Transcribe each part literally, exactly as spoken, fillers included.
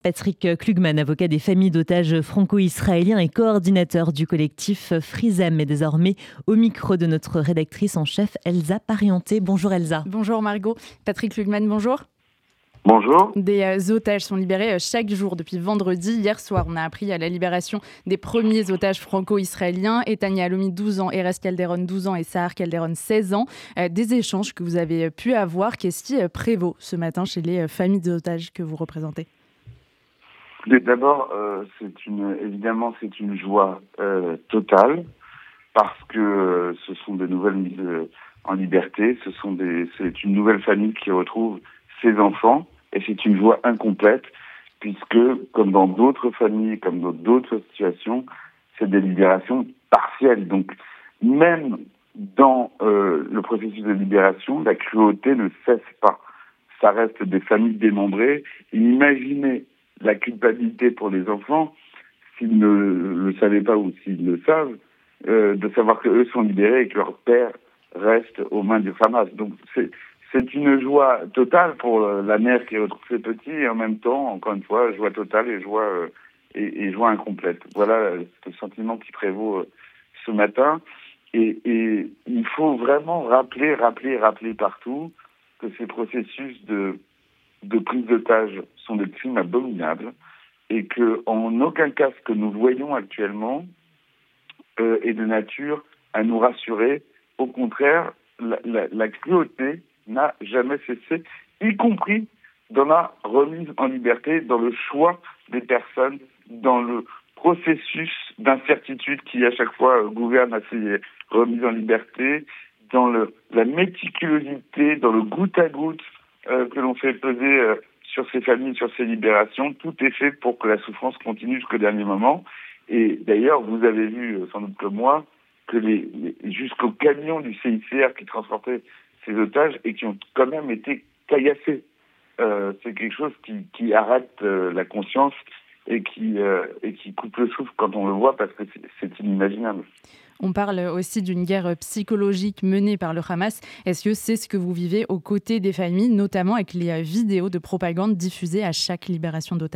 Patrick Klugman, avocat des familles d'otages franco-israéliens et coordinateur du collectif Frisem, est désormais au micro de notre rédactrice en chef Elsa Parienté. Bonjour Elsa. Bonjour Margot. Patrick Klugman, bonjour. Bonjour. Des euh, otages sont libérés euh, chaque jour depuis vendredi. Hier soir, on a appris à la libération des premiers otages franco-israéliens. Etania Alomi, douze ans, Erez Calderon, douze ans et Sahar Calderon, seize ans. Euh, des échanges que vous avez euh, pu avoir. Qu'est-ce qui euh, prévaut ce matin chez les euh, familles d'otages que vous représentez ? D'abord, euh, c'est une, évidemment, c'est une joie euh, totale parce que euh, ce sont des nouvelles mises euh, en liberté. Ce sont des, c'est une nouvelle famille qui retrouve ses enfants et c'est une joie incomplète puisque, comme dans d'autres familles, comme dans d'autres situations, c'est des libérations partielles. Donc, même dans euh, le processus de libération, la cruauté ne cesse pas. Ça reste des familles démembrées. Imaginez la culpabilité pour les enfants, s'ils ne le savaient pas ou s'ils le savent, euh, de savoir qu'eux sont libérés et que leur père reste aux mains du Hamas. Donc c'est, c'est une joie totale pour la mère qui retrouve ses petits et en même temps, encore une fois, joie totale et joie, euh, et, et joie incomplète. Voilà le sentiment qui prévaut euh, ce matin. Et, et il faut vraiment rappeler, rappeler, rappeler partout que ces processus de de prise d'otages sont des crimes abominables et que en aucun cas ce que nous voyons actuellement euh, est de nature à nous rassurer. Au contraire, la, la, la cruauté n'a jamais cessé, y compris dans la remise en liberté, dans le choix des personnes, dans le processus d'incertitude qui à chaque fois euh, gouverne à ces remises en liberté, dans le, la méticulosité, dans le goutte à goutte Euh, que l'on fait peser euh, sur ces familles, sur ces libérations. Tout est fait pour que la souffrance continue jusqu'au dernier moment. Et d'ailleurs, vous avez vu, euh, sans doute comme moi, que les, les, jusqu'aux camions du C I C R qui transportaient ces otages et qui ont quand même été caillassés. Euh, c'est quelque chose qui, qui arrête euh, la conscience et qui, euh, et qui coupe le souffle quand on le voit parce que c'est, c'est inimaginable. On parle aussi d'une guerre psychologique menée par le Hamas. Est-ce que c'est ce que vous vivez aux côtés des familles, notamment avec les vidéos de propagande diffusées à chaque libération d'otages ?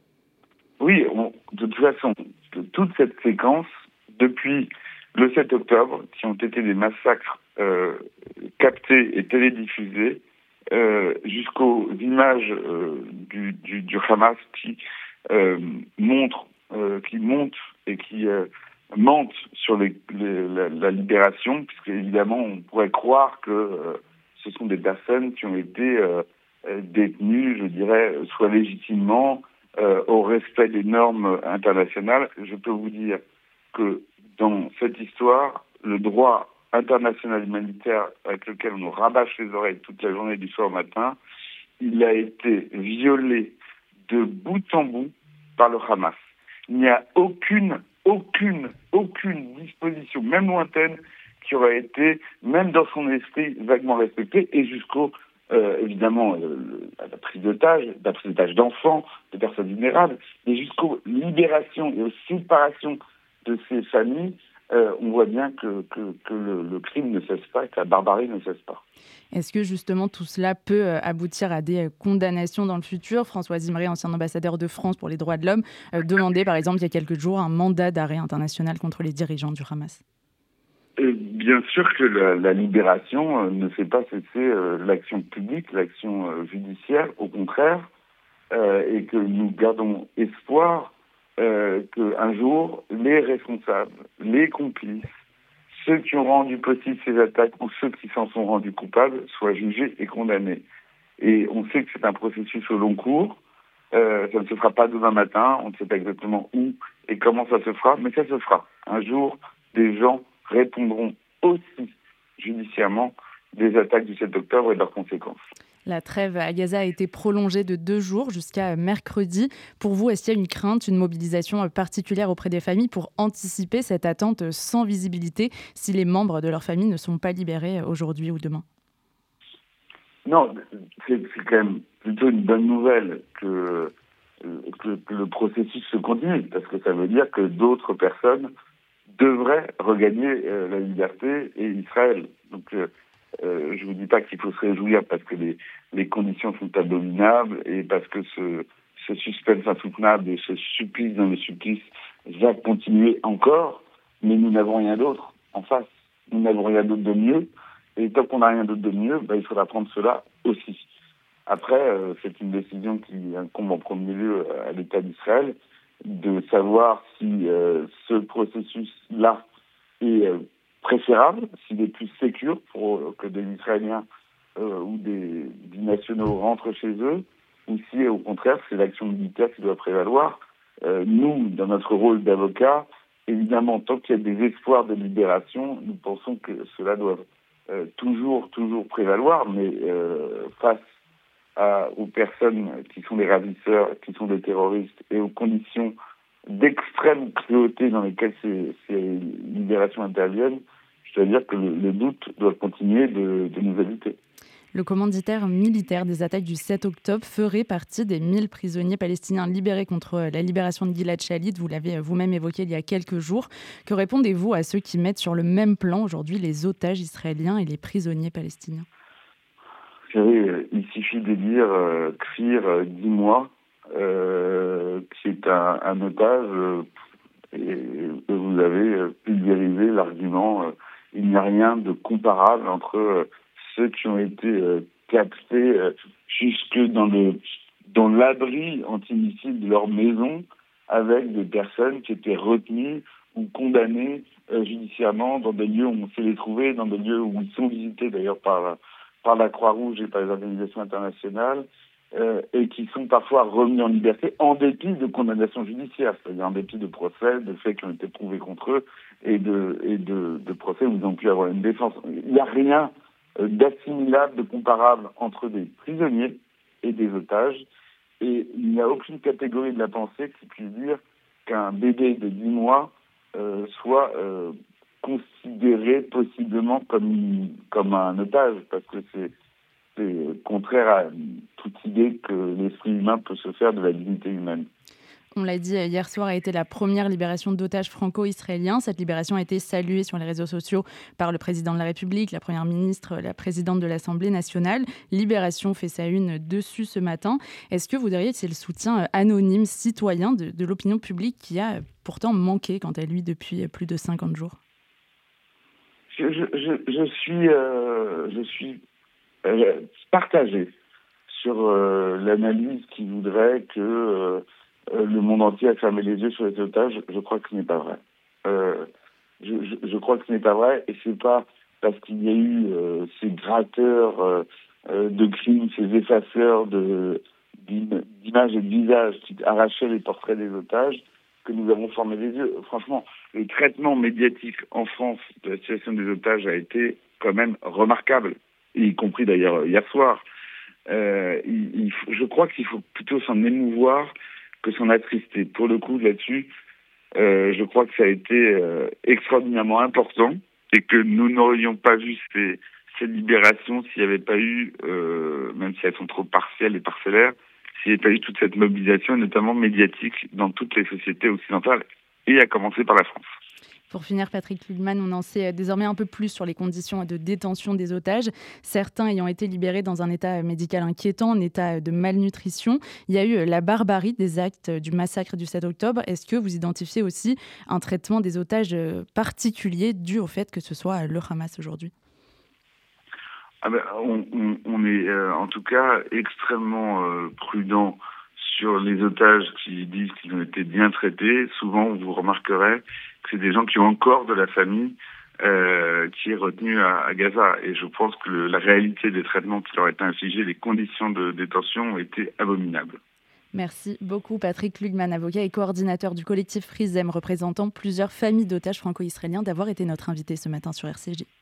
Oui, on, de toute façon, de toute cette séquence, depuis le sept octobre, qui ont été des massacres euh, captés et télédiffusés, euh, jusqu'aux images euh, du, du, du Hamas qui euh, montrent, euh, qui montent et qui euh, mentent sur les, les, la, la libération, puisque évidemment on pourrait croire que euh, ce sont des personnes qui ont été euh, détenues, je dirais, soit légitimement, euh, au respect des normes internationales. Je peux vous dire que dans cette histoire, le droit international humanitaire avec lequel on nous rabâche les oreilles toute la journée du soir au matin, il a été violé de bout en bout par le Hamas. Il n'y a aucune aucune, aucune disposition, même lointaine, qui aurait été, même dans son esprit, vaguement respectée, et jusqu'au, euh, évidemment, euh, la prise d'otages, la prise d'otages d'enfants, de personnes vulnérables, et jusqu'aux libérations et aux séparations de ces familles, euh, on voit bien que, que, que le, le crime ne cesse pas et que la barbarie ne cesse pas. Est-ce que justement tout cela peut aboutir à des condamnations dans le futur ? François Zimré, ancien ambassadeur de France pour les droits de l'homme, euh, demandait par exemple il y a quelques jours un mandat d'arrêt international contre les dirigeants du Hamas. Et bien sûr que la, la libération euh, ne fait pas cesser euh, l'action publique, l'action euh, judiciaire, au contraire, euh, et que nous gardons espoir euh, qu'un jour les responsables, les complices, ceux qui ont rendu possible ces attaques ou ceux qui s'en sont rendus coupables soient jugés et condamnés. Et on sait que c'est un processus au long cours. Euh, ça ne se fera pas demain matin. On ne sait pas exactement où et comment ça se fera, mais ça se fera. Un jour, des gens répondront aussi judiciairement des attaques du sept octobre et de leurs conséquences. La trêve à Gaza a été prolongée de deux jours jusqu'à mercredi. Pour vous, est-ce qu'il y a une crainte, une mobilisation particulière auprès des familles pour anticiper cette attente sans visibilité si les membres de leur famille ne sont pas libérés aujourd'hui ou demain ? Non, c'est, c'est quand même plutôt une bonne nouvelle que, que, que le processus se continue, parce que ça veut dire que d'autres personnes devraient regagner euh, la liberté et Israël. Donc, euh, Euh, je vous dis pas qu'il faut se réjouir parce que les, les conditions sont abominables et parce que ce, ce ce suspense insoutenable et ce supplice dans le supplice va continuer encore, mais nous n'avons rien d'autre en face. Nous n'avons rien d'autre de mieux, et tant qu'on n'a rien d'autre de mieux, bah, il faudra prendre cela aussi. Après, euh, c'est une décision qui incombe en premier lieu à l'État d'Israël, de savoir si euh, ce processus-là est euh, préférable, s'il est plus sécure pour que des Israéliens euh, ou des binationaux rentrent chez eux, ou si au contraire c'est l'action militaire qui doit prévaloir. Euh, nous, dans notre rôle d'avocat, évidemment, tant qu'il y a des espoirs de libération, nous pensons que cela doit euh, toujours, toujours prévaloir, mais euh, face à, aux personnes qui sont des ravisseurs, qui sont des terroristes, et aux conditions d'extrême cruauté dans lesquelles ces, ces libérations interviennent, je dois dire que le, le doute doit continuer de, de nous habiter. Le commanditaire militaire des attaques du sept octobre ferait partie des mille prisonniers palestiniens libérés contre la libération de Gilad Shalit. Vous l'avez vous-même évoqué il y a quelques jours. Que répondez-vous à ceux qui mettent sur le même plan aujourd'hui les otages israéliens et les prisonniers palestiniens ? Vous savez, il suffit de dire euh, Kfir, euh, dis-moi, euh, qui est un, un otage, euh, et vous avez pulvérisé l'argument. Euh, il n'y a rien de comparable entre euh, ceux qui ont été euh, captés euh, jusque dans le dans l'abri antimissile de leur maison, avec des personnes qui étaient retenues ou condamnées euh, judiciairement dans des lieux où on sait les trouver, dans des lieux où ils sont visités d'ailleurs par par la Croix-Rouge et par les organisations internationales, euh, et qui sont parfois remis en liberté en dépit de condamnations judiciaires, c'est-à-dire en dépit de procès, de faits qui ont été prouvés contre eux, et de et de, de procès où ils ont pu avoir une défense. Il n'y a rien d'assimilable, de comparable entre des prisonniers et des otages, et il n'y a aucune catégorie de la pensée qui puisse dire qu'un bébé de dix mois euh, soit euh, considéré possiblement comme comme un otage, parce que c'est, c'est contraire à toute idée que l'esprit humain peut se faire de la dignité humaine. On l'a dit, hier soir a été la première libération d'otages franco-israéliens. Cette libération a été saluée sur les réseaux sociaux par le président de la République, la première ministre, la présidente de l'Assemblée nationale. Libération fait sa une dessus ce matin. Est-ce que vous diriez que c'est le soutien anonyme, citoyen de, de l'opinion publique qui a pourtant manqué, quant à lui, depuis plus de cinquante jours ? Je, je, je, je suis, euh, je suis euh, partagé sur euh, l'analyse qui voudrait que euh, le monde entier a fermé les yeux sur les otages. Je crois que ce n'est pas vrai. Euh, je, je, je crois que ce n'est pas vrai, et c'est pas parce qu'il y a eu euh, ces gratteurs euh, de crimes, ces effaceurs de, d'images et de visages qui arrachaient les portraits des otages que nous avons fermé les yeux. Franchement, le traitement médiatique en France de la situation des otages a été quand même remarquable, y compris d'ailleurs hier soir. Euh, il, il faut, je crois qu'il faut plutôt s'en émouvoir que s'en attrister. Pour le coup, là-dessus, euh, je crois que ça a été euh, extraordinairement important, et que nous n'aurions pas vu ces, ces libérations s'il n'y avait pas eu, euh, même si elles sont trop partielles et parcellaires, s'il n'y avait pas eu toute cette mobilisation, notamment médiatique, dans toutes les sociétés occidentales, et à commencer par la France. Pour finir, Patrick Lugman, on en sait désormais un peu plus sur les conditions de détention des otages, certains ayant été libérés dans un état médical inquiétant, en état de malnutrition. Il y a eu la barbarie des actes du massacre du sept octobre. Est-ce que vous identifiez aussi un traitement des otages particulier dû au fait que ce soit le Hamas aujourd'hui ? Ah ben, on, on, on est euh, en tout cas extrêmement euh, prudent sur les otages qui disent qu'ils ont été bien traités. Souvent, vous remarquerez que c'est des gens qui ont encore de la famille euh, qui est retenue à, à Gaza. Et je pense que le, la réalité des traitements qui leur ont été infligés, les conditions de détention ont été abominables. Merci beaucoup Patrick Lugman, avocat et coordinateur du collectif Frizem, représentant plusieurs familles d'otages franco-israéliens, d'avoir été notre invité ce matin sur R C J.